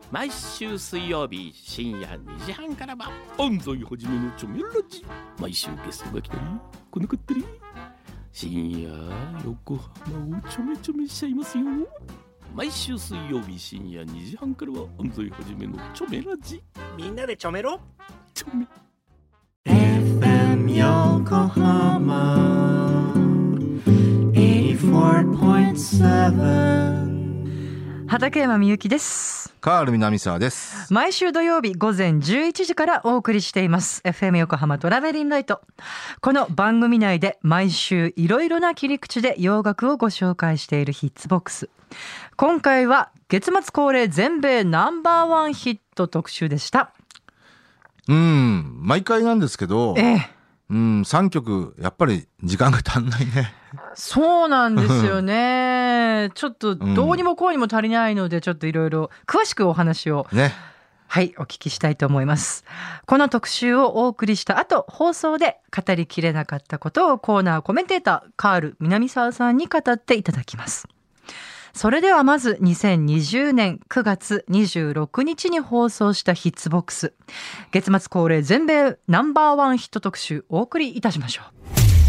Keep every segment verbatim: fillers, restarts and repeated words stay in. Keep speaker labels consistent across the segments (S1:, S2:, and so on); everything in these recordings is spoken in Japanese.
S1: 毎週水曜日深夜にじはんからは安西はじめのチョメラジ。毎週ゲストが来たり来なかったり、深夜横浜をちょめちょめしちゃいますよ。毎週水曜日深夜にじはんからは安西はじめのチョメラジ。
S2: みんなでちょめろ
S1: チョメ
S3: エフエム 横浜 はちじゅうよんてんなな
S4: 畠山みゆきです。
S5: カール南沢です。
S4: 毎週土曜日午前じゅういちじからお送りしています エフエム 横浜トラベリンライト。この番組内で毎週いろいろな切り口で洋楽をご紹介しているヒッツボックス。今回は月末恒例全米ナンバーワンヒット特集でした。
S5: うん毎回なんですけど、
S4: ええ、
S5: うんさんきょくやっぱり時間が足んないね。
S4: そうなんですよねちょっとどうにもこうにも足りないので、ちょっといろいろ詳しくお話を、
S5: ね、
S4: はいお聞きしたいと思います。この特集をお送りした後、放送で語りきれなかったことをコーナーコメンテーターカール南沢さんに語っていただきます。それではまずにせんにじゅうねんくがつにじゅうろくにちに放送したヒッツボックス、月末恒例全米ナンバーワンヒット特集お送りいたしましょう。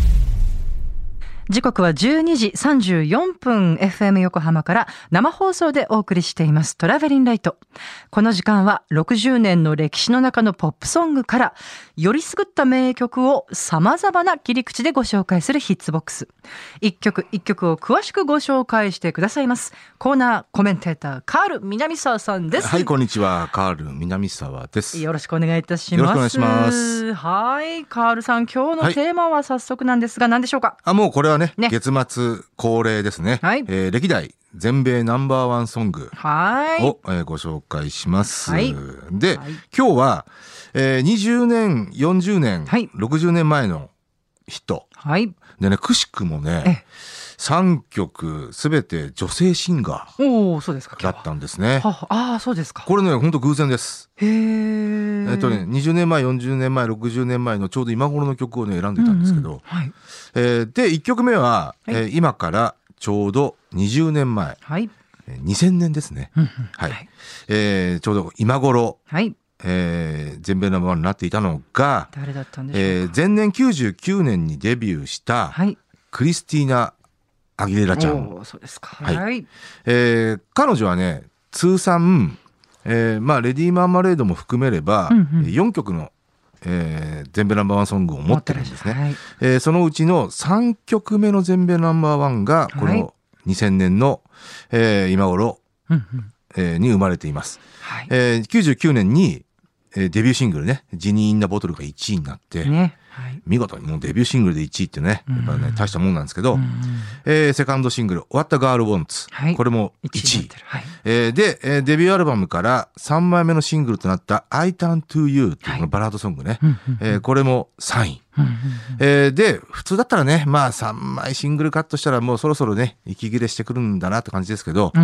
S4: 時刻はじゅうにじさんじゅうよんぷん、 エフエム 横浜から生放送でお送りしていますトラベリンライト。この時間はろくじゅうねんの歴史の中のポップソングからよりすぐった名曲を様々な切り口でご紹介するヒッツボックス。一曲一曲を詳しくご紹介してくださいますコーナーコメンテーターカール南沢さんです。
S5: はい、こんにちは、カール南沢です。
S4: よろしくお願いいたします。
S5: よろしくお願いします。
S4: はい、カールさん、今日のテーマは早速なんですが何でしょうか。
S5: はい、あもうこれは ね,
S4: ね
S5: 月末恒例ですね、はい、えー、歴代全米ナンバーワンソングを、はい、えー、ご紹介します、はい、で、はい、今日は、えー、にじゅうねんよんじゅうねん、はい、ろくじゅうねんまえのヒット、はい、でね、くしくもねさんきょくすべて女性シンガーだったんですね。
S4: はああ、そうですか。
S5: これね本当偶然です。
S4: へー。
S5: えっとねにじゅうねんまえよんじゅうねんまえろくじゅうねんまえのちょうど今頃の曲をね選んでたんですけど、うんうん、はい、えー、でいっきょくめは、はい、えー、今からちょうどにじゅうねんまえ、はい、にせんねんですね、うんうん、はい、はい、えー、ちょうど今頃、はい、えー、全米ナンバーワンになっていたのが
S4: 誰だったんでしょうか。
S5: えー、前年きゅうじゅうきゅうねんにデビューした、はい、クリスティーナ・アギレラちゃん。
S4: お、そうですか。
S5: はい、はい、えー、彼女はね通算、えーまあ、レディー・マーマレードも含めれば、うんうん、よんきょくのえー、全米ナンバーワンソングを持ってるんですね、はい、えー、そのうちのさんきょくめの全米ナンバーワンがこのにせんねんの、えー、今頃、うんうんえー、に生まれています、はい、えー、きゅうじゅうきゅうねんに、えー、デビューシングルねジニー・イン・ナ・ボトルがいちいになって、ね、はい、見事にもうデビューシングルでいちいってねやっぱりね大したもんなんですけど、うんうん、えー、セカンドシングル What the Girl Wants、はい、これもいちい、はい、えー、で、えー、デビューアルバムからさんまいめのシングルとなった I Turn to You っていうこのバラードソングね、はい、えー、これもさんい、うんうん、えー、で普通だったらねまあさんまいシングルカットしたらもうそろそろね息切れしてくるんだなって感じですけど、うん、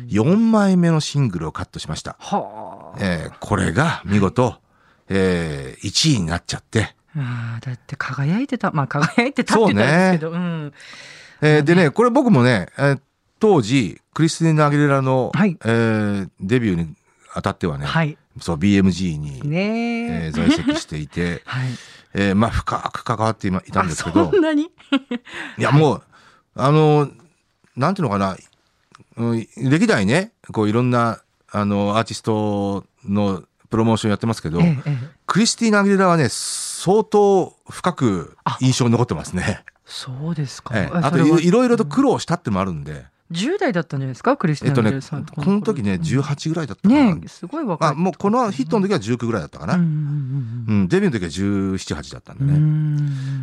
S5: よんまいめのシングルをカットしました、はえー、これが見事、はい、えー、いちいになっちゃって
S4: あだって輝いてたまあ輝いてたって言ったんですけど、そうね、うん、
S5: えー、でねこれ僕もね、えー、当時クリスティーナ・アギレラの、はい、えー、デビューにあたってはね、はい、そう ビーエムジー に、ねえー、在籍していて、はい、えー、まあ深く関わっていたんですけど、
S4: そんなに
S5: いやもうあのなんていうのかな、うん、歴代ねこういろんなあのアーティストのプロモーションやってますけど、ええ、クリスティーナ・アギレラはね相当深く印象に残ってますね。
S4: そうですか、
S5: ええ、あといろいろと苦労したってのもあるんで、
S4: じゅう代だったんじゃないですかクリスティーナ・アギレラさん、えっとね、
S5: この時ねじゅうはちぐらいだったかな、
S4: ね、すごい若い、
S5: あもうこのヒットの時はじゅうきゅうぐらいだったかな、うんうんうんうん、デビューの時はじゅうなな、はちだったんでね、うん、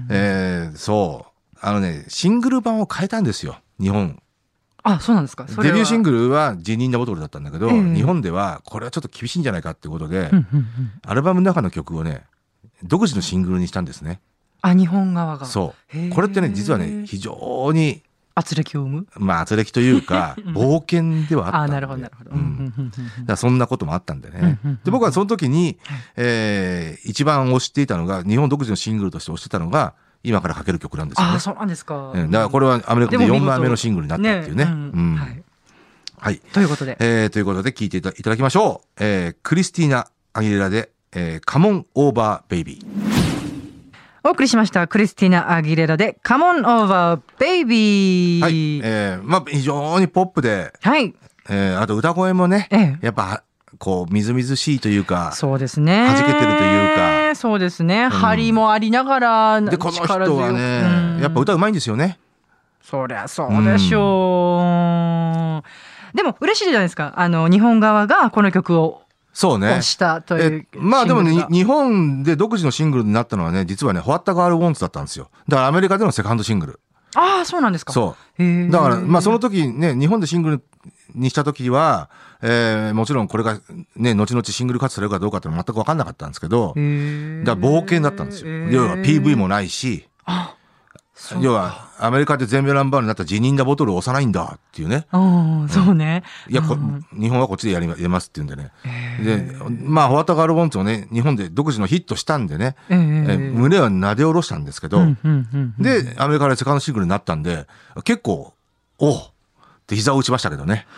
S5: えー、そうあのねシングル版を変えたんですよ日本。
S4: あ、そうなんですか。それは
S5: デビューシングルはジニー・イン・ナ・ボトルだったんだけど、えー、日本ではこれはちょっと厳しいんじゃないかってことで、うんうんうん、アルバムの中の曲をね独自のシングルにしたんですね。
S4: あ、日本側が。
S5: そうこれってね実はね非常に
S4: 圧力を生む
S5: まあ圧力というか冒険ではあったんで、
S4: あ、なるほどなるほど、うん、
S5: だからそんなこともあったんでね、で僕はその時に、えー、一番推していたのが日本独自のシングルとして推してたのが今からかける曲なんですよね。
S4: あ、そうなんですか。
S5: だからこれはアメリカでよんまいめのシングルになったっていうね、ね、うんうん、はい、 はい。
S4: ということで。
S5: えー、ということで聞いていただきましょう。えー、クリスティーナ・アギレラで、えー、カモン・オーバー・ベイビー。
S4: お送りしました。クリスティーナ・アギレラでカモン・オーバー・ベイビー。
S5: はい。えー、まあ非常にポップで、
S4: はい。
S5: えー、あと歌声もね、
S4: ええ、
S5: やっぱ、こう、みずみずしいというか、
S4: そうですね。
S5: 弾けてるというか。
S4: そうですね。張りもありながら、
S5: で、この人はね、やっぱ歌うまいんですよね。
S4: そりゃそうでしょう。でも嬉しいじゃないですか。あの、日本側がこの曲を
S5: そうね。
S4: 押したという。
S5: まあでもね、日本で独自のシングルになったのはね、実はね、What the Girl Wantsだったんですよ。だからアメリカでのセカンドシングル。
S4: ああ、そうなんですか。
S5: そう。だから、まあその時ね、日本でシングルにした時は、えー、もちろんこれがね、後々シングル活されるかどうかって全く分かんなかったんですけど、だから冒険だったんですよ。要は ピーブイ もないし、
S4: あ、
S5: 要はアメリカで全米ナンバーになったジニンダボトルを押さないんだっていうね。
S4: ああ、そうね。
S5: いや、こ日本はこっちでやりやりますって言うんでね。で、まあ、ホワタガール・ボンツをね、日本で独自のヒットしたんでね、えー、胸はなで下ろしたんですけど、で、アメリカでセカンドシングルになったんで、結構、おうって膝を打ちましたけどね。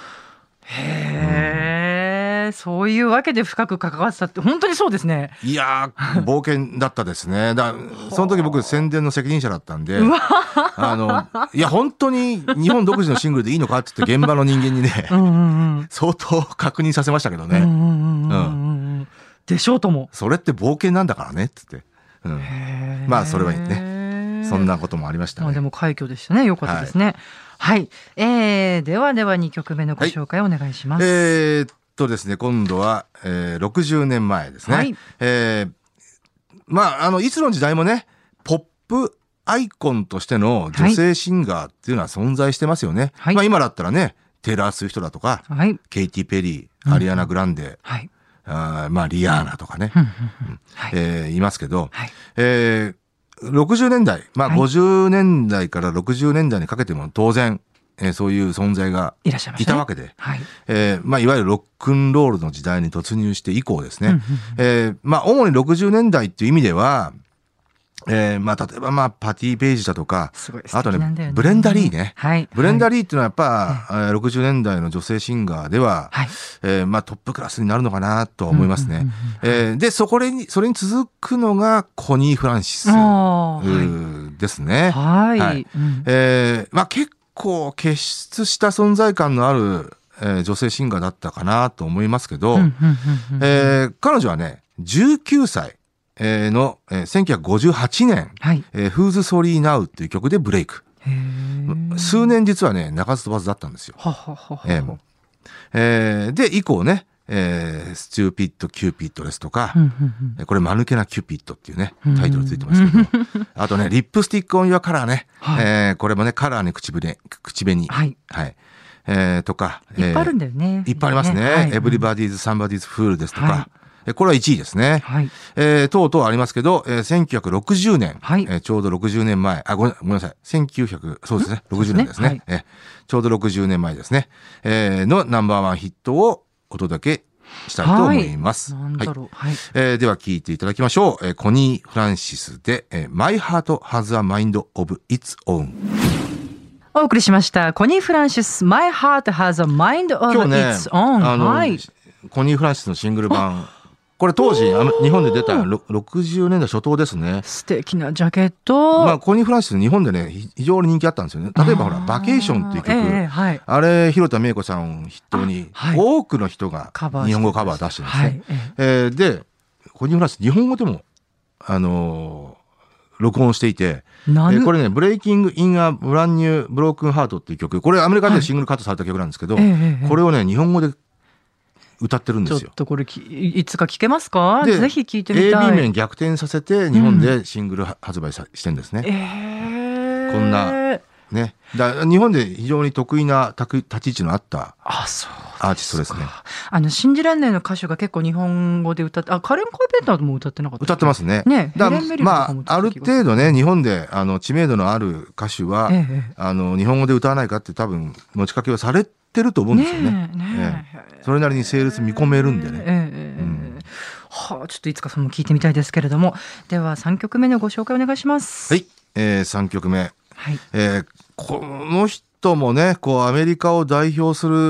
S4: へえ、うん、そういうわけで深く関わってたって本当にそうですね。
S5: いやー、冒険だったですね。だその時僕宣伝の責任者だったんで、あのいや本当に日本独自のシングルでいいのかって言って現場の人間にねうんうん、うん、相当確認させましたけどね。
S4: でしょうとも。
S5: それって冒険なんだからねって言って、うん、まあそれはいいね。そんなこともありましたね。
S4: まあ、でも快挙でしたね。よかったですね。はいはい、えー、ではではにきょくめのご紹介をお願いします。
S5: はい、えー、っとですね今度は、えー、ろくじゅうねんまえですね。はい、えー、まああのいつの時代もねポップアイコンとしての女性シンガーっていうのは存在してますよね。はい、まあ今だったらねテイラー・スウィフトだとか、はい、ケイティ・ペリー、うん、アリアナ・グランデ、はい、あまあリアーナとかね、うんはいえー、いますけど、はいえーろくじゅうねんだい、まあごじゅうねんだいからろくじゅうねんだいにかけても当然、えー、そういう存在がいたわけで、い, はいえーまあ、いわゆるロックンロールの時代に突入して以降ですね、うんうんうんえーまあ、主にろくじゅうねんだいっていう意味では、えーまあ、例えばまあパティ・ペイジだとか、ね、あとねブレンダ・リーね、はい、ブレンダ・リーっていうのはやっぱ、はい、ろくじゅうねんだいの女性シンガーでは、はいえーまあ、トップクラスになるのかなと思いますね。でそこにそれに続くのがコニー・フランシスですね。はいはいえーまあ、結構傑出した存在感のある、えー、女性シンガーだったかなと思いますけど、えー、彼女はねじゅうきゅうさいのせんきゅうひゃくごじゅうはちねん、はいえー、Who's Sorry Now っていう曲でブレイク。数年実はね鳴かず飛ばずだったんですよ。ははははえーえー、で以降ね、えー、スチューピッド・キューピッドですとか、うんうんうん、これ間抜けなキューピッドっていうねタイトルついてますけど、うん、あとねリップスティック・オン・ユア・カラーね、はいえー、これもねカラーに口紅口紅はいはいえー、とか
S4: いっぱいあるんだよね。
S5: いっぱいありますね。はい、Everybody's Somebody's Fool ですとか、はいこれはいちいですね。はいえー、等々ありますけど、えー、せんきゅうひゃくろくじゅうねん、はいえー、ちょうどろくじゅうねんまえ、あ、ごめん、ごめんなさい。せんきゅうひゃく、そうですね。ろくじゅうねんですね。はいえー、ちょうどろくじゅうねんまえですね。えー、のナンバーワンヒットをお届けしたいと思います。はい、なんだろう。はい。えー、では聞いていただきましょう。えー、コニー・フランシスで、えー、My Heart Has a Mind of Its Own。
S4: お送りしました。コニー・フランシス、My Heart Has a Mind of Its Own。
S5: ね、あの、
S4: はい、
S5: コニー・フランシスのシングル版。これ当時日本で出たろくじゅうねんだい初頭ですね。
S4: 素敵なジャケット。
S5: まあコニー・フランシス日本でね非常に人気あったんですよね。例えばほらバケーションっていう曲、えーはい、あれ広田芽衣子さんを筆頭に多くの人が日本語カバー出してるんですね。はい、えー、でコニー・フランシス日本語でもあのー、録音していて、えー、これねブレイキング・イン・ア・ブランニュー・ブロークン・ハートっていう曲、これアメリカでシングルカットされた曲なんですけど、はいえー、これをね日本語で歌ってるんですよ。
S4: ちょっとこれいつか聞けますか？ぜひ聞いてみたい。
S5: エービー 面逆転させて日本でシングル発売さ、うん、してんですね、えー、こんなねだ日本で非常に得意な立ち位置のあったアーティストですね。
S4: あの信じられないの歌手が結構日本語で歌って、あカレン・カーペンターも歌ってなかった？
S5: 歌ってますね。ねだまあある程度ね日本であの知名度のある歌手は、ええ、あの日本語で歌わないかって多分持ちかけはされてると思うんですよね。ねえねえええ、それなりにセールス見込めるんでね。ええうん、
S4: はあ、ちょっといつかそれも聞いてみたいですけれども、ではさんきょくめのご紹介お願いします。
S5: はい、えー、さんきょくめ、はいえー、この人もねこうアメリカを代表する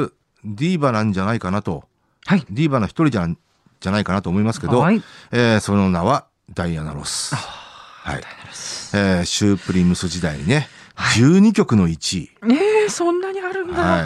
S5: ディーバなんじゃないかなと、
S4: はい、
S5: ディーバの一人じゃじゃないかなと思いますけど、はい、えー、その名はダイアナ・ロス。はい、えー、シュープリムス時代にね、はい、じゅうにきょくのいちい。
S4: えー、そんなにあるんだ。
S5: はい、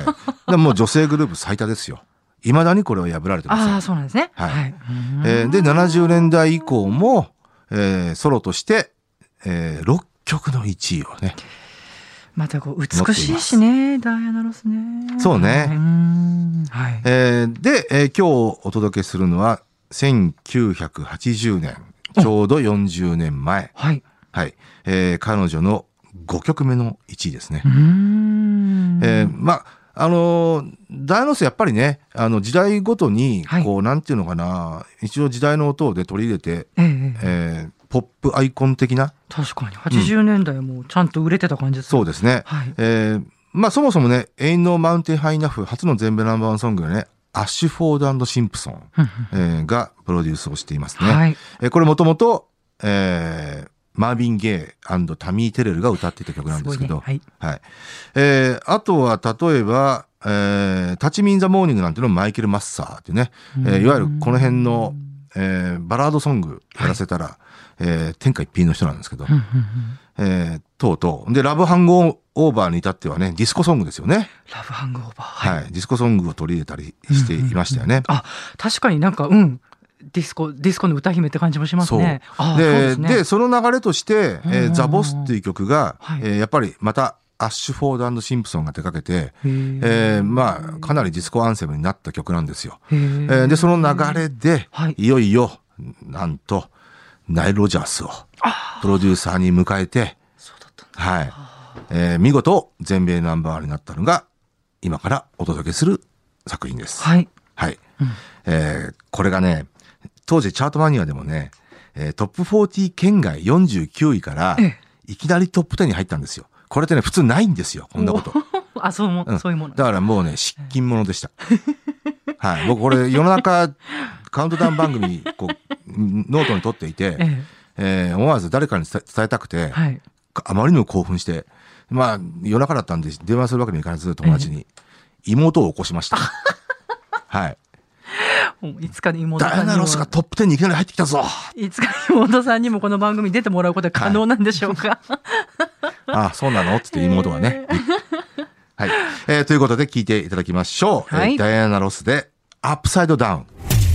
S5: でもう女性グループ最多ですよ。いまだにこれは破られてます。
S4: ああ、そうなんですね。
S5: はい。はい、えー、でななじゅうねんだい以降も、えー、ソロとして、えー、ろっきょくのいちいをね。
S4: またこう美しいしね、ダイアナ・ロスね。
S5: そうね。
S4: はい、
S5: えー、で、えー、今日お届けするのはせんきゅうひゃくはちじゅうねん、ちょうどよんじゅうねんまえ。はい。はい。えー、彼女のごきょくめのいちいですね。うーん、えー、まああのダイアナ・ロスやっぱりね、あの時代ごとにこう、はい、なんていうのかな、一応時代の音で取り入れて、えーえー、ポップアイコン的な。
S4: 確かにはちじゅうねんだいもちゃんと売れてた感じですね。
S5: そうですね。はい、えー、まあそもそもね、Ain't No Mountain High Enough初の全米ナンバーワンソングがね、アッシュフォード&シンプソン、えー、がプロデュースをしていますね。はい、えー、これもともと、えーマービン・ゲイ&タミー・テレルが歌っていた曲なんですけど、ね、はい、はい、えー、あとは例えば、えー、タッチ・ミン・ザ・モーニングなんていうのもマイケル・マッサーっていうね、えー、いわゆるこの辺の、えー、バラードソングやらせたら、はい、えー、天下一品の人なんですけど、えー、とうとうでラブ・ハング・オーバーに至ってはね、ディスコソングですよね。
S4: ラブ・ハング・オーバー、
S5: はい、はい、ディスコソングを取り入れたりしていましたよね。
S4: うんうんうん、あ、確かになんかうんディスコ、ディスコの歌姫って感じもしますね。
S5: そうで、そうですね。で、その流れとして、えー、ザ・ボスっていう曲が、はい、えー、やっぱりまたアッシュフォード&シンプソンが手掛けて、えー、まあかなりディスコアンセムになった曲なんですよ。えー、でその流れで、はい、いよいよなんとナイル・ロジャースをプロデューサーに迎えて、そうだったんだ、はい、えー、見事全米ナンバーワンになったのが今からお届けする作品です。はい、はい、うん、えー、これがね、当時チャートマニアでもね、えー、トップよんじゅう圏外よんじゅうきゅういからいきなりトップじゅうに入ったんですよ。これってね普通ないんですよ、こんなこと。
S4: あ、そうも、うん、そういうもの。
S5: だからもうね失禁者でした。はい、僕これ世の中カウントダウン番組こうノートに取っていて、えええー、思わず誰かに伝えたくて、はい、あまりにも興奮して、まあ夜中だったんで電話するわけにいかず友達に、ええ、妹を起こしました。はい。
S4: いつか妹さんにも
S5: ダイアナ・ロスがトップじゅうにいきなり入ってきたぞ。
S4: いつか妹さんにもこの番組に出てもらうことは可能なんでしょうか。はい、
S5: ああ、そうなのって妹がね。はい、えー、ということで聞いていただきましょう。はい、えー、ダイアナ・ロスでアップサイドダウン。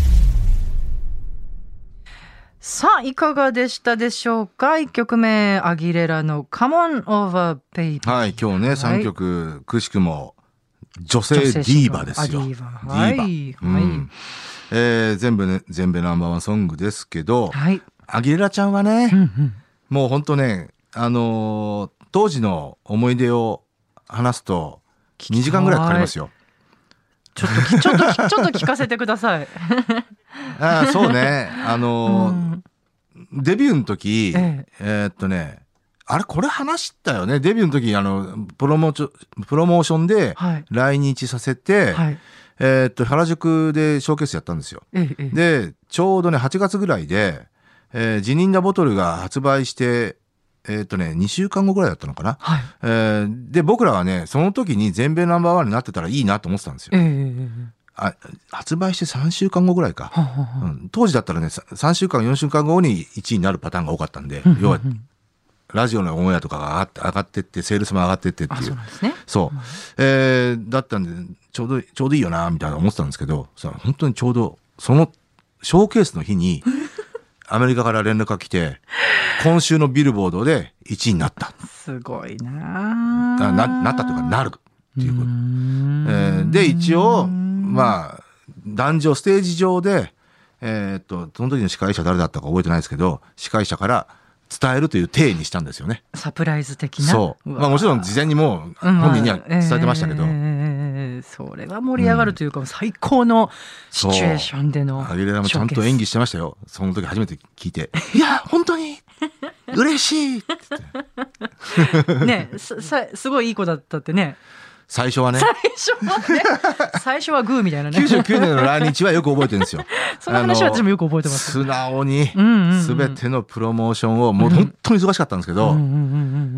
S4: さあいかがでしたでしょうか。いっきょくめアギレラの Come On Over Baby。
S5: はい、今日ねさんきょく、くしくも女性ディーバですよ。ディーバ、はい、ディーバ、うん、はい、えー、全部ね全米ナンバーワンソングですけど、はい、アギレラちゃんはね、うんうん、もう本当ね、あのー、当時の思い出を話すとにじかんぐらいかかりますよ。
S4: ちょっとちょっとちょっと聞かせてください。
S5: あ、そうね、あのーうん、デビューの時、えええー、っとねあれこれ話したよね。デビューの時あのプロモーションプロモーションで来日させて、はい、えー、っと原宿でショーケースやったんですよ。ええ、でちょうどねはちがつぐらいで、えー、ジニンダボトルが発売してえー、っとねにしゅうかんごぐらいだったのかな。はい、えー、で僕らはねその時に全米ナンバーワンになってたらいいなと思ってたんですよ。ええ、あ、発売してさんしゅうかんごぐらいか。ははは、うん、当時だったらねさんしゅうかんよんしゅうかんごにいちいになるパターンが多かったんで、要はラジオのオンエアとかが上がって上がってってセールスも上がってってっていう、そうなんですね。そう、うん、えー、だったんでちょうどちょうどいいよなみたいな思ってたんですけど、さ本当にちょうどそのショーケースの日にアメリカから連絡が来て今週のビルボードでいちいになった。
S4: すごいな
S5: ななったというかなるっていうこと。えー、で一応まあ壇上ステージ上でえー、っとその時の司会者誰だったか覚えてないですけど、司会者から伝えるという体にしたんですよね。
S4: サプライズ的な。
S5: そう。まあもちろん事前にもう本人には伝えてましたけど、うん、
S4: えー、それは盛り上がるというか、うん、最高のシチュエーションでの。
S5: アギレラもちゃんと演技してましたよ。その時初めて聞いて、いや本当に嬉しいって言ってね、
S4: す, すごいいい子だったってね。
S5: 最初はね。
S4: 最初はね。最初はグーみたいなね。
S5: きゅうじゅうきゅうねんの来日はよく覚えてるんですよ。
S4: その話は私もよく覚えてます。
S5: 素直にすべてのプロモーションをもう本当に忙しかったんですけど、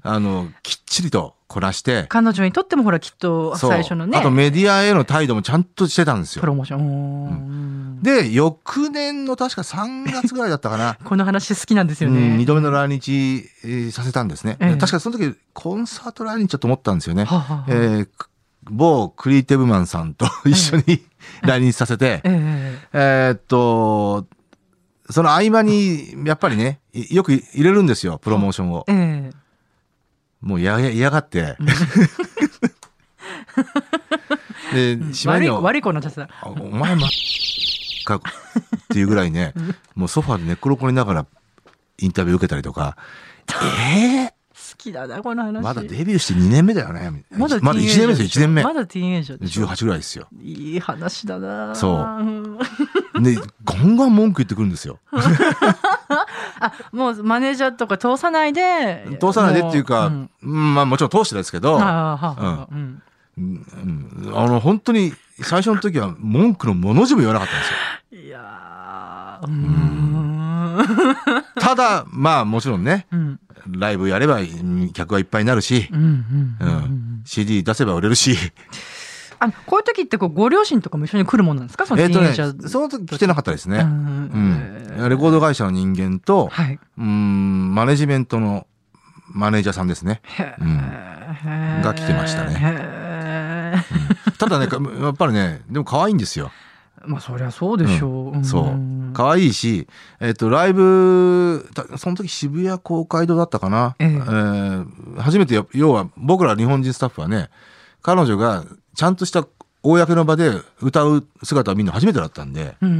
S5: あのきっちりとこなして、
S4: 彼女にとってもほらきっと最初のね、
S5: あとメディアへの態度もちゃんとしてたんですよ。
S4: プロモーション、う
S5: ん、で翌年の確かさんがつぐらいだったかな
S4: この話好きなんですよね、
S5: うん、にどめの来日、えー、させたんですね、ええ、確かその時コンサート来日だと思ったんですよね、はははえー、某クリエイティブマンさんと一緒に、ええ、来日させて、えええー、っとその合間にやっぱりねよく入れるんですよプロモーションを、ええ、もうや嫌がってでしまいには
S4: 悪い子になっちゃった。
S5: お前まかっていうぐらいねもうソファーで寝っ転がりながらインタビュー受けたりとかえー、
S4: 好きだなこの話。
S5: まだデビューしてにねんめだよね。
S4: まだ
S5: まだいちねんめですよいちねんめ。
S4: まだティーンエイジャーでしょ。
S5: じゅうはちぐらいですよ。
S4: いい話だな。
S5: そうでガンガン文句言ってくるんですよ
S4: あもうマネージャーとか通さないで
S5: 通さないでっていうか、うんまあ、もちろん通してですけどあ、
S4: うん
S5: うん、あの本当に最初の時は文句のもの字も言わなかったんですよ。
S4: いやーうーん
S5: ただまあもちろんね、うん、ライブやれば客がいっぱいになるし、うんうんうんうん、シーディー 出せば売れるし
S4: あこういう時ってこうご両親とかも一緒に来るもんなんですか？そのティーンエイジャー、
S5: えーとね、その時来てなかったですね、うんうん、レコード会社の人間と、はい、うんマネジメントのマネージャーさんですね、うん、が来てましたね、うん、ただねやっぱりねでも可愛いんですよ。
S4: まあそりゃそうでしょう、
S5: うん、そう可愛いし、えっと、ライブその時渋谷公会堂だったかな、えええー、初めて要は僕ら日本人スタッフはね彼女がちゃんとした公の場で歌う姿を見るの初めてだったんで、
S4: うんうんうん、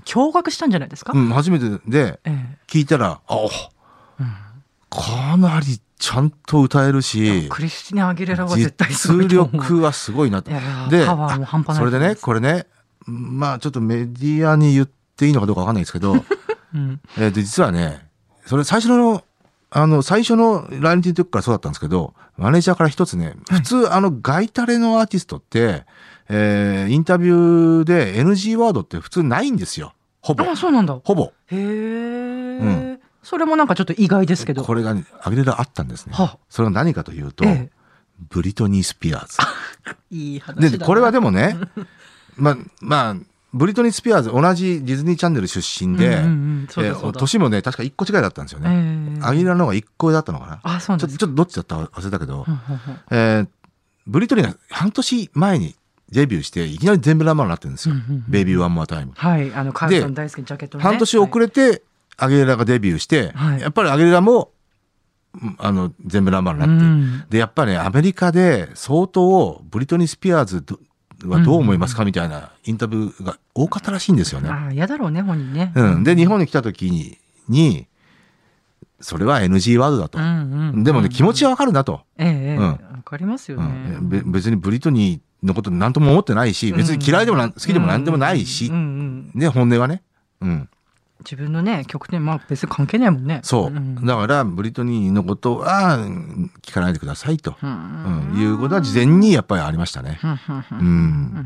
S4: 驚愕したんじゃないですか、
S5: うん、初めてで聞いたら、ええあ、うん、かなりちゃんと歌えるし
S4: クリスティナ・アギレラは絶対すごい
S5: と思う。実力はすごいなと。
S4: でパワーも半端ない。
S5: それでねこれねまあちょっとメディアに言っていいのかどうかわかんないですけど、うん、えー、で実はねそれ最初のあの最初の来日の時からそうだったんですけどマネージャーから一つね普通、はい、あのガイタレのアーティストって、えー、インタビューで エヌジー ワードって普通ないんですよほぼ。
S4: あそうなんだ。
S5: ほぼ。
S4: へー、うん、それもなんかちょっと意外ですけど
S5: これが、ね、アギレラあったんですね。それは何かというと、ええ、ブリトニー・スピアーズ
S4: いい話だな。
S5: でこれはでもねまあまあブリトニー・スピアーズ同じディズニーチャンネル出身で年もね確かいっこ違いだったんですよね、えー、アギレラの方がいっこだったのかな。
S4: あそうなんですか。
S5: ちょっとどっちだったか忘れたけど、えー、ブリトニーが半年前にデビューしていきなり全部ナンバーになってるんですよ、うんうんうん、ベイビーワンモアタイム。
S4: はいあのカールさん大好きなジャケットのね。
S5: 半年遅れてアギレラがデビューして、はい、やっぱりアギレラもあの全部ナンバーになって、うん、でやっぱりねアメリカで相当ブリトニー・スピアーズはどう思いますか、うん、みたいなインタビューが多かったらしいんですよね。
S4: ああ嫌だろうね本人ね、
S5: うん、で日本に来た時ににそれは エヌジー ワードだと、うんうん、でもね気持ちはわかるなと、
S4: ええうん、わかりますよね、
S5: うん、べ別にブリトニーのこと何とも思ってないし別に嫌いでもな、うん、好きでも何でもないし、うんうんうん、で本音はね、うん、
S4: 自分のね曲ねまあ別に関係ないもんね。
S5: そう、うん、だからブリトニーのことは聞かないでくださいと、うんうん、いうことは事前にやっぱりありましたね。うんうん、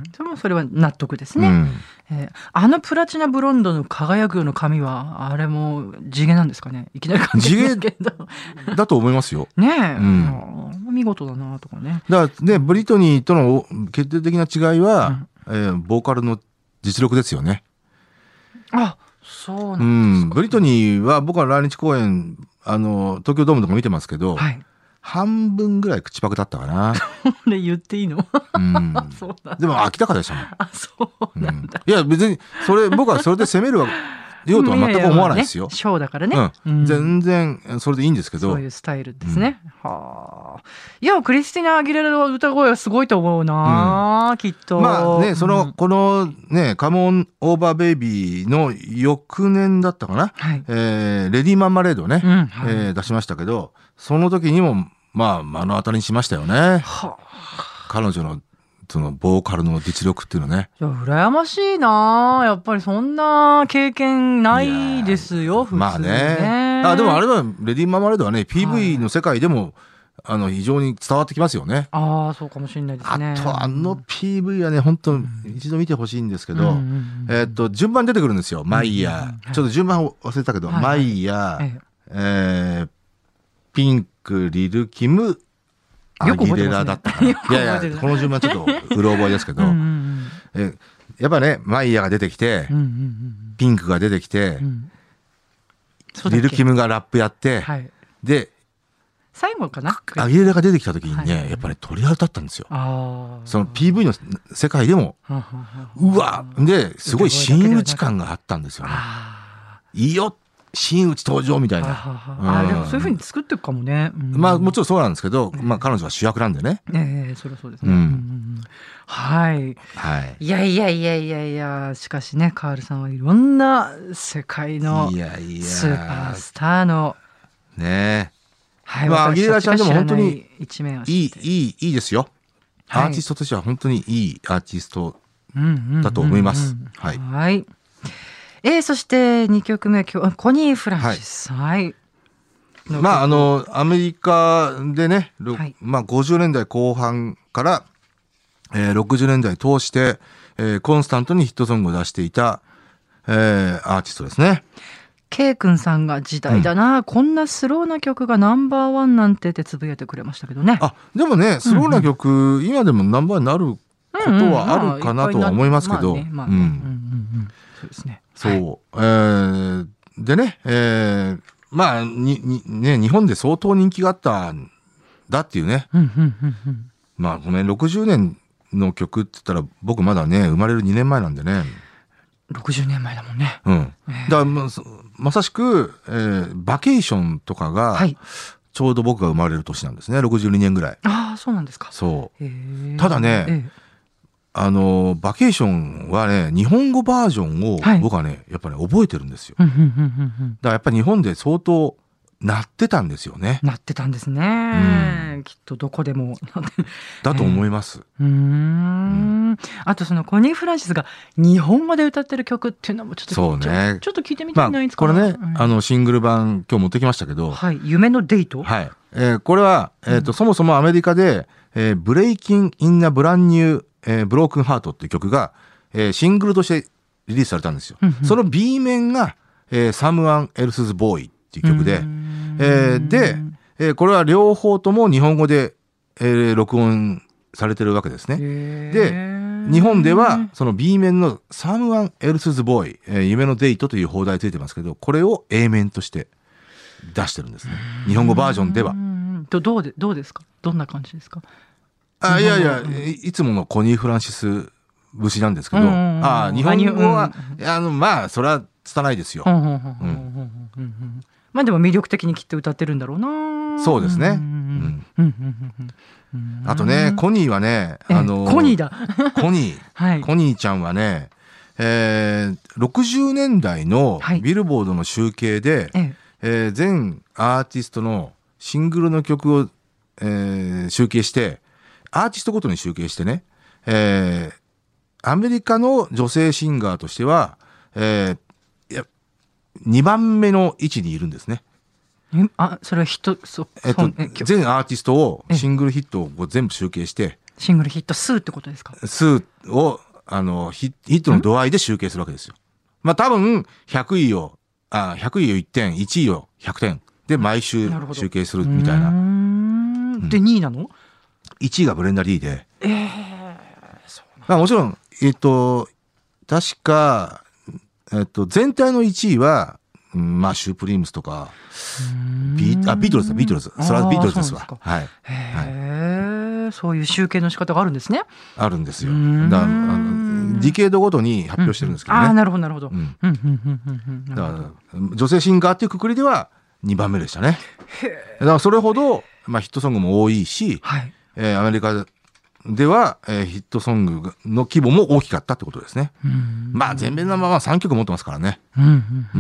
S4: でもそれは納得ですね、うんえー、あのプラチナブロンドの輝くような髪はあれも地毛なんですかね。いきなり感じですけど
S5: 地毛だと思いますよ
S4: ねえ、うん、見事だなとかね。
S5: だからねブリトニーとの決定的な違いは、うんえー、ボーカルの実力ですよね。
S4: あそうなんですか。うん、
S5: ブリトニーは僕は来日公演あの東京ドームとか見てますけど、はい、半分ぐらい口パクだったかな。
S4: これ言っていいの？うん、
S5: そうなんでも飽きたかでしたもん。
S4: あそうなんだ、
S5: うん、いや別にそれ僕はそれで責めるようとは全く思わないですよ。
S4: ショーだからね、
S5: うん、全然それでいいんですけど
S4: そういうスタイルですね、うん、はあ。いやクリスティナ・アギレラの歌声はすごいと思うな、うん、きっと。
S5: まあねその、うん、このねカモンオーバーベイビーの翌年だったかな、はいえー、レディーマンマレードね、うんはいえー、出しましたけどその時にもまあ目の当たりにしましたよね、はあ、彼女のそのボーカルの実力っていうのね。
S4: いや羨ましいな。やっぱりそんな経験ないですよ普通ね。まあね
S5: あでもあれはレディーママレードはね ピーブイ の世界でも、はい、あの非常に伝わってきますよね。
S4: ああそうかもしれないですね。
S5: あとあの ピーブイ はね本当一度見てほしいんですけど、うん、えー、っと順番出てくるんですよ。マイヤー、うん、ちょっと順番忘れたけど、はい、マイヤー、はい、えー、ピンク・リル・キム・アギレラだったかな。いやいや、この順番ちょっとうろ覚えですけど、うんうん、えやっぱね、マイヤーが出てきて、うんうんうん、ピンクが出てきて、うん、リル・キムがラップやって、はい、で、
S4: 最後かな
S5: アギレラが出てきた時にね、はい、やっぱり鳥肌立ったんですよ。その ピーブイ の世界でも、うわですごい真打ち感があったんですよね。いいよ真打ち登場みたいな。
S4: あ、うん、でもそういう風に作っていくかもね。うん、
S5: まあもちろんそうなんですけど、まあ彼女は主役なんでね。
S4: ええー、そりゃそうですね。うんうん、はい。はい。いやいやいやいやいや、しかしね、カールさんはいろんな世界のスーパースターの。
S5: いやいやねえ。はい。まあアギレラちゃんでも本当に
S4: 一面を
S5: いいいいいいですよ。アーティストとしては本当にいいアーティストだと思います。はい。
S4: はい。えー、そしてにきょくめはコニー・フランシス。はい。
S5: はい、まああのアメリカでね、はい、まあごじゅうねんだいこう半から、えー、ろくじゅうねんだい通して、えー、コンスタントにヒットソングを出していた、えー、アーティストですね。
S4: K君さんが時代だな、うん、こんなスローな曲がナンバーワンなんてってつぶやいてくれましたけどね。
S5: あ、でもね、スローな曲、うんうん、今でもナンバーになることはあるかなとは思いますけど。そうですね。そう、はい、えー、でね、えー、まあににね日本で相当人気があったんだっていうね。まあごめんろくじゅうねんの曲って言ったら僕まだね生まれるにねんまえなんでね。
S4: ろくじゅうねんまえだもんね。
S5: うん。えー、だからま、まさしく、えー、バケーションとかが、はい、ちょうど僕が生まれる年なんですね。ろくじゅうにねんぐらい。
S4: ああ、そうなんですか。
S5: そう。ただね、えー、あのバケーションはね日本語バージョンを僕はね、はい、やっぱり、ね、覚えてるんですよ。だからやっぱり日本で相当なってたんですよね。
S4: なってたんですね。うん、きっとどこでも
S5: だと思います。
S4: えー、うーん、うん、あとそのコニー・フランシスが日本語で歌ってる曲っていうのもちょっと
S5: そうね
S4: ちょっと聞いてみたいないですか。
S5: まあ、これね、うん、あのシングル版今日持ってきましたけど、
S4: はい、夢のデート。
S5: はい、えー、これは、えーとうん、そもそもアメリカで、えー、ブレイキン・イン・ナ・ブランニューえー、ブロークンハートっていう曲が、えー、シングルとしてリリースされたんですよ。うんうん、その B 面が、えー、Someone Else's Boy っていう曲で、えー、で、えー、これは両方とも日本語で、えー、録音されてるわけですね。で、日本ではその B 面の Someone Else's Boy、えー、夢のデートという放題ついてますけど、これを A 面として出してるんですね。日本語バージョンでは。
S4: どどうでどうですか。どんな感じですか。
S5: あ、いやいや、いつものコニー・フランシス節なんですけど、ああ、日本語は、あの、まあ、それは拙いですよ。
S4: まあでも魅力的にきっと歌ってるんだろうな。
S5: そうですね。あとね、コニーはね、あの、
S4: コニーだ。
S5: コニー、はい、コニーちゃんはね、えー、ろくじゅうねんだいのビルボードの集計で、はい、えー、全アーティストのシングルの曲を、えー、集計して、アーティストごとに集計してね、えー、アメリカの女性シンガーとしては、えー、いやにばんめの位置にいるんですね。
S4: えあ、それはヒット、そ
S5: えっと、全アーティストをシングルヒットを全部集計して、
S4: シングルヒット数ってことですか。
S5: 数をあの ヒ, ヒットの度合いで集計するわけですよ。まあ多分ひゃくいをあひゃくいをいってん、いちいをひゃくてんで毎週集計するみたいな。うー
S4: んでにいなの？
S5: いちいがブレンダー D で、
S4: えーそうなん、
S5: まあ、もちろん、えっと、確か、えっと、全体のいちいは、まあ、シュープリームスとか、ビー、あ、ビートルズだ、ビートルズ。それはビートルズですわ。はい。
S4: へえ、そういう集計の仕方があるんですね。
S5: あるんですよ。だからあのディケードごとに発表してるんですけどね。
S4: うん、ああ、なるほど、なるほど。
S5: うん。だから、女性シンガーっていうくくりではにばんめでしたね。だから、それほど、まあ、ヒットソングも多いし、はい、えー、アメリカでは、えー、ヒットソングの規模も大きかったってことですね。まあ全米ナンバーワンさんきょく持ってますからね。うんうんうん、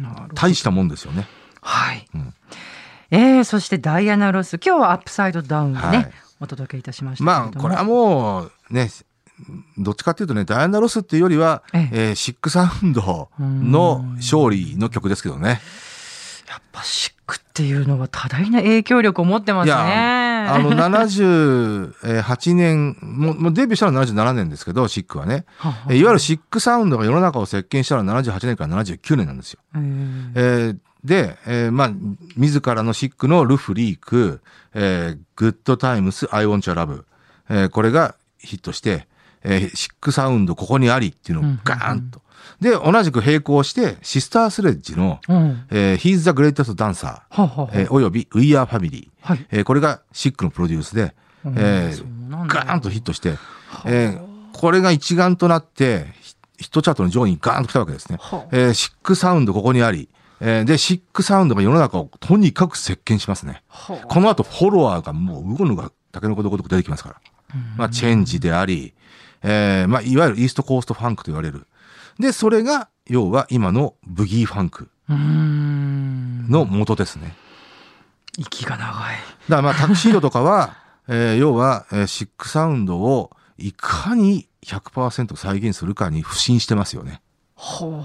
S5: 大したもんですよね。
S4: はい、うん、えー、そしてダイアナ・ロス、今日はアップサイドダウンでね、はい、お届けいたしましたけれども、
S5: まあこれはもうね、どっちかっていうとね、ダイアナ・ロスっていうよりは、えええー、シックサウンドの勝利の曲ですけどね。
S4: やっぱシックっていうのは多大な影響力を持ってますね。いや、
S5: あのななじゅうはちねんもうデビューしたのはななじゅうななねんですけど、シックはね、ははいわゆるシックサウンドが世の中を席巻したのはななじゅうはちねんからななじゅうきゅうねんなんですよ。えー、 で、えー、まあ、自らのシックのルフリーク、えー、グッドタイムス、I Want Your Love、えー、これがヒットして、えー、シックサウンドここにありっていうのをガーンと。で、同じく並行して、シスタースレッジの、うんえー、He's the Greatest Dancer、はははえー、および We Are Family、はいえー、これがシックのプロデュースで、うんえー、ガーンとヒットして、えー、これが一丸となって、ヒットチャートの上位にガーンと来たわけですね。えー、シックサウンドここにあり、えー、で、シックサウンドが世の中をとにかく席巻しますね。この後、フォロワーがもう、うごぬがタケノコどこどこ出てきますから。まあ、チェンジであり、えー、まあ、いわゆるイーストコーストファンクと言われる。で、それが、要は今のブギーファンクの元ですね。
S4: 息が長い。だか
S5: らまあ、タクシードとかは、えー、要は、えー、シックサウンドをいかに ひゃくパーセント 再現するかに不信してますよね。
S4: ほ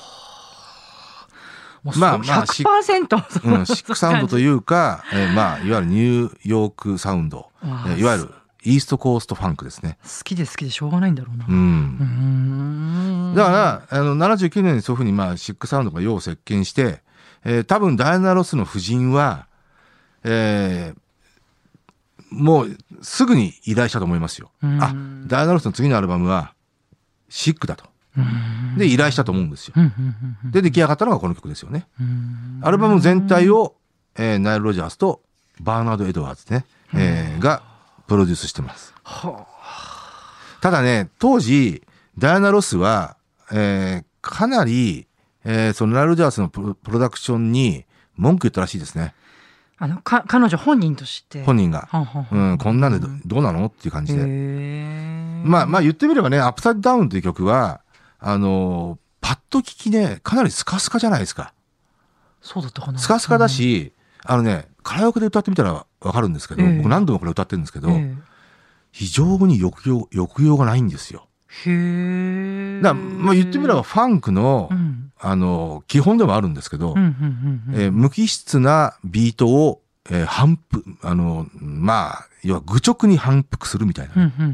S4: う。まあまあ、ひゃくパーセント、
S5: うん、シックサウンドというか、えー、まあ、いわゆるニューヨークサウンド、えー、いわゆるイーストコーストファンクですね。
S4: 好きで好きでしょうがないんだろうな。
S5: うん。うんだから、あの、ななじゅうきゅうねんにそういうふうに、まあ、シックサウンドが世を席巻して、えー、多分、ダイアナ・ロスの夫人は、えー、もう、すぐに依頼したと思いますよ。あ、ダイアナ・ロスの次のアルバムは、シックだと。で、依頼したと思うんですよ。で、出来上がったのがこの曲ですよね。アルバム全体を、えー、ナイル・ロジャースとバーナード・エドワーズね、えー、がプロデュースしてます。ただね、当時、ダイアナ・ロスは、えー、かなり、えー、そのナイル・ロジャースのプ ロ, プロダクションに文句言ったらしいですね。
S4: あのか彼女本人として
S5: 本人が、はんはんはんうん、こんなんで ど, どうなのっていう感じで、まあまあ言ってみればね、アップサイドダウンという曲はあのパッと聞きね、かなりスカスカじゃないですか。
S4: そうだったかな。
S5: スカスカだし、うん、あのね、カラオケで歌ってみたらわかるんですけど、えー、僕何度もこれ歌ってるんですけど、えー、非常に抑揚抑揚がないんですよ。
S4: へー。
S5: だからまあ言ってみればファンクの、うん、あの基本でもあるんですけど、えー、無機質なビートを、えー、反復あのまあ要は愚直に反復するみたいな、ねうん、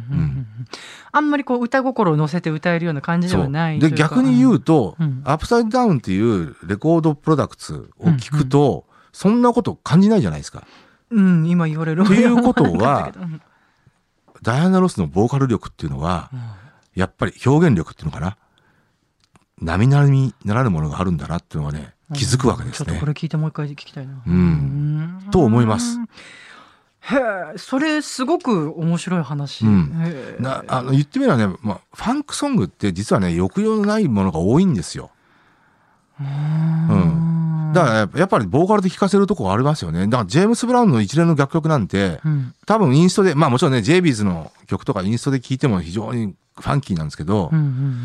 S4: あんまりこう歌心を乗せて歌えるような感じではない
S5: で逆に言うと、うん、アップサイドダウンっていうレコードプロダクツを聞くと、うんうん、そんなこと感じないじゃないですか。
S4: うん、今言われる
S5: ということはダイアナ・ロスのボーカル力っていうのは、うん、やっぱり表現力っていうのかな、並々にならぬものがあるんだなっていうのがね、気づくわけですね。
S4: ちょっとこれ聞いてもう一回聞きたいな。
S5: うん。うんと思います。
S4: へえ、それすごく面白い話。
S5: うん、なあの言ってみればね、まあ、ファンクソングって実はね、抑揚のないものが多いんですよ。うん。だからやっぱりボーカルで聴かせるところありますよね。だからジェームス・ブラウンの一連の楽曲なんて、うん、多分インストで、まあもちろんね、ジェイビーズの曲とかインストで聴いても非常にファンキーなんですけど、うんうんうん、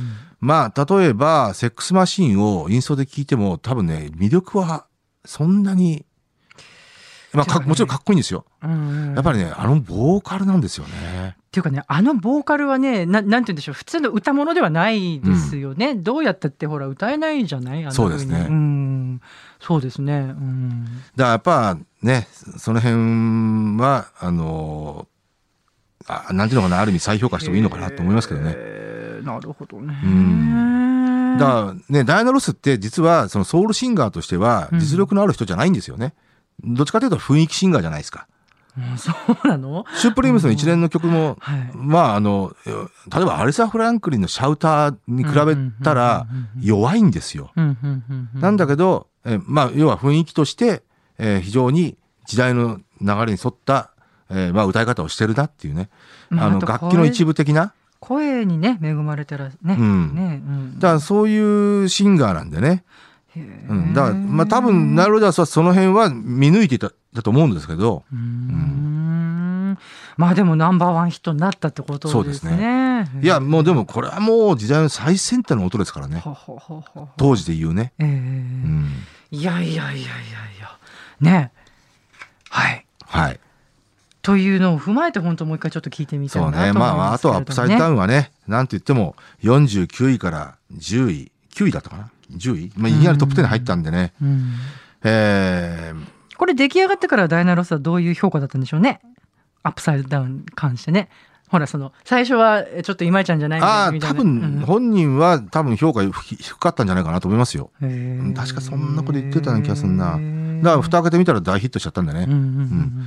S5: まあ例えばセックスマシーンをインストで聴いても多分ね、魅力はそんなに、まあ、かもちろんかっこいいんですよ、うんうん、やっぱりね、あのボーカルなんですよね。
S4: っていうかね、あのボーカルはね、な、なんて言うんでしょう、普通の歌物ではないですよね、うん、どうやったってほら歌えないじゃない、あの
S5: そうですね、
S4: うん、そうですね、うん、
S5: だからやっぱね、その辺はあのあ、なんていうのかな、ある意味再評価してもいいのかなと思いますけどね。
S4: えー、なるほどね、
S5: うん、だからね、ダイアナ・ロスって実はそのソウルシンガーとしては実力のある人じゃないんですよね、うん、どっちかというと雰囲気シンガーじゃないですか。
S4: うん、そうなの？
S5: シュプリームスの一連の曲も、はい、まああの例えばアレサ・フランクリンのシャウターに比べたら弱いんですよ。なんだけど、えまあ要は雰囲気として、えー、非常に時代の流れに沿った、えー、まあ歌い方をしてるなっていうね、あの楽器の一部的な
S4: 声にね恵まれたらね、
S5: うんね、うん、だからそういうシンガーなんでね。うん、だからまあ多分ナイル・ロジャースはその辺は見抜いていただと思うんですけど、うーん、うん、
S4: まあでもナンバーワンヒットになったってことですね。そうですね。
S5: いやもうでもこれはもう時代の最先端の音ですからね。はははは当時で言うね。えーうん、
S4: いやいやいやいやいやね、はい
S5: はい。
S4: というのを踏まえて本当もう一回ちょっと聞いてみたいなと思いますけれどもね。そうね。まああとはアップサイドダウンはね、なんと言ってもよんじゅうきゅういからじゅうい、きゅういだったかな。じゅうい、まあ、いきなりトップテンに入ったんでね、うんうんえー、 これ出来上がってからダイアナ・ロスはどういう評価だったんでしょうね、アップサイドダウンに関してね。 ほらその最初はちょっといまいちゃんじゃないみたいな。
S5: ああ多分本人は多分評価低かったんじゃないかなと思いますよ。確かそんなこと言ってたような気がするな。だから蓋開けてみたら大ヒットしちゃったんだね。うんうんうん、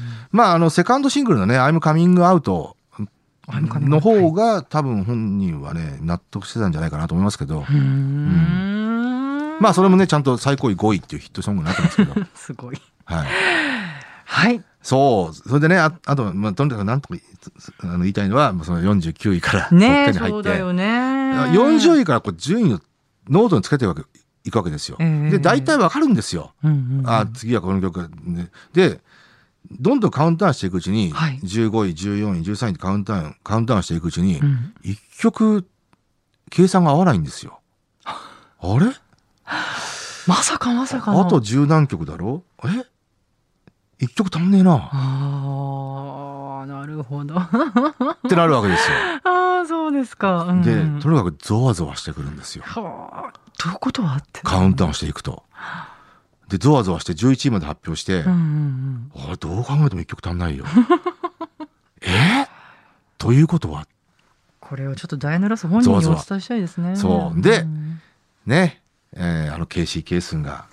S5: まああのセカンドシングルのね「I'm Coming Out」の方が多分本人はね納得してたんじゃないかなと思いますけど、うん、まあそれもねちゃんと最高位ごいっていうヒットソングになってますけど
S4: すごい。
S5: はい、
S4: はい、
S5: そうそれでね あ, あと、まあ、とにかく何とかあの言いたいのはそのよんじゅうきゅういからトップ
S4: ね
S5: に入って、
S4: そうだよね、
S5: よんじゅういからこう順位をノートにつけていくわけいくわけですよ。えー、で大体わかるんですよ。うんうんうん、あ次はこの曲で。でどんどんカウントダウンしていくうちに、はい、じゅうごいじゅうよんいじゅうさんいってカウントダウンカウントダウンしていくうちに、うん、いっきょく計算が合わないんですよ。あれ
S4: まさかまさかの
S5: あと十何曲だろえいっきょく足んねえな
S4: あなるほど
S5: ってなるわけですよ。
S4: あそうですか、うん、
S5: でとにかくゾワゾワしてくるんですよ。
S4: はあどういうことはって
S5: カウントダウンしていくとでゾワゾワしてじゅういちいまで発表して、うんうんうん、どう考えてもいっきょく足んないよえということは
S4: これをちょっとダイアナ・ロス本人にお伝えしたいですね。
S5: そうで、うん、ね、えー、あのケイシー・ケイスンが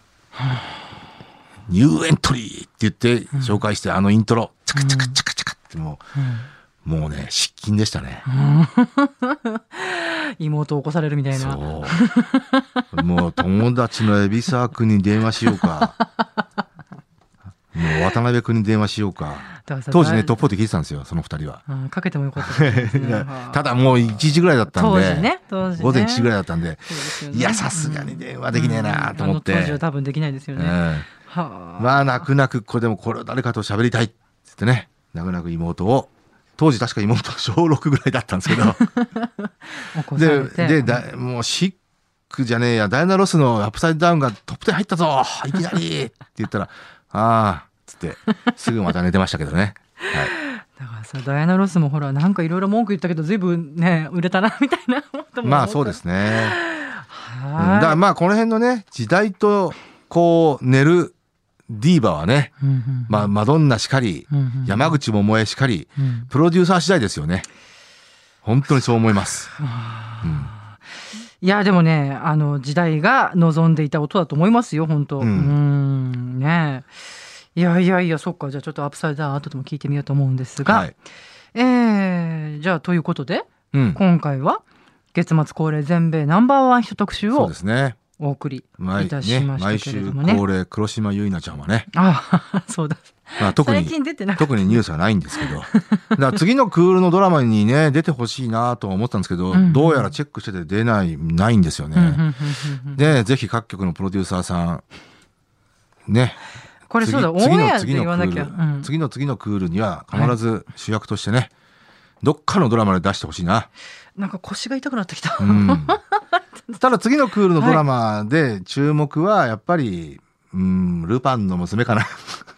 S5: ニューエントリーって言って紹介して、うん、あのイントロチャカチャカチャカチャカってもう、うん、もうね失禁でしたね、
S4: うん、妹を起こされるみたいな。
S5: そうもう友達の海老沢君に電話しようかもう渡辺君に電話しようか。当時ねトップフォーで聞いてたんですよそのふたりは、うん、
S4: かけてもよかったですね
S5: ただもういちじぐらいだったんで、
S4: 当時ね当時ね
S5: 午前いちじぐらいだったんで、ね、いやさすがに電話できねえなと思って、
S4: うんうん、あの当時は多分できないですよね、うんは
S5: あ、まあ泣く泣くこれでもこれを誰かと喋りたいって言ってね泣く泣く妹を当時確か妹はしょうろくぐらいだったんですけどででだもうシックじゃねえやダイアナ・ロスのアップサイドダウンがトップテン入ったぞいきなりって言ったらああつってすぐまた寝てましたけどね、はい、
S4: だからさダイアナ・ロスもほらなんかいろいろ文句言ったけど随分ね売れたなみたいな
S5: まあそうですね。はい、だからまあこの辺のね時代とこう寝るディーバはね、うんうんうん、まあ、マドンナしかり、うんうん、山口百恵しかり、うん、プロデューサー次第ですよね。本当にそう思います、うん、
S4: いやでもねあの時代が望んでいた音だと思いますよ本当、うん、うんねいやいやいやそっかじゃあちょっとアップサイドダウン後でも聞いてみようと思うんですが、はい、えー、じゃあということで、うん、今回は月末恒例全米ナンバーワンヒット特集をそうですねお送りいたしましたけれどもね。
S5: 毎週恒例黒島結菜ちゃんはね。
S4: ああそうだ。
S5: まあ、特に最近出てなかった特にニュースはないんですけど。だから次のクールのドラマにね出てほしいなとは思ったんですけど、うん、どうやらチェックしてて出ないないんですよね。でぜひ各局のプロデューサーさんね。
S4: これそうだオンエアで言わなきゃ。
S5: 次の次のクールには必ず主役としてね、はい、どっかのドラマで出してほしいな。
S4: なんか腰が痛くなってきた。
S5: うんただ次のクールのドラマで注目はやっぱり、はい、うんルパンの娘かな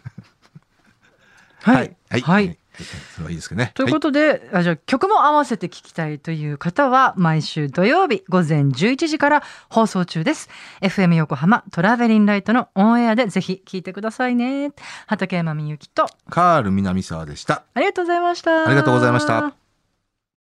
S4: はいはい、はいはい、
S5: それはいいですけどね。
S4: ということで、はい、あじゃあ曲も合わせて聴きたいという方は毎週土曜日午前じゅういちじから放送中です。 エフエム 横浜トラベリンライトのオンエアでぜひ聴いてくださいね。畠山みゆきと
S5: カール南沢でした。
S4: ありがとうございました。
S5: ありがとうございました。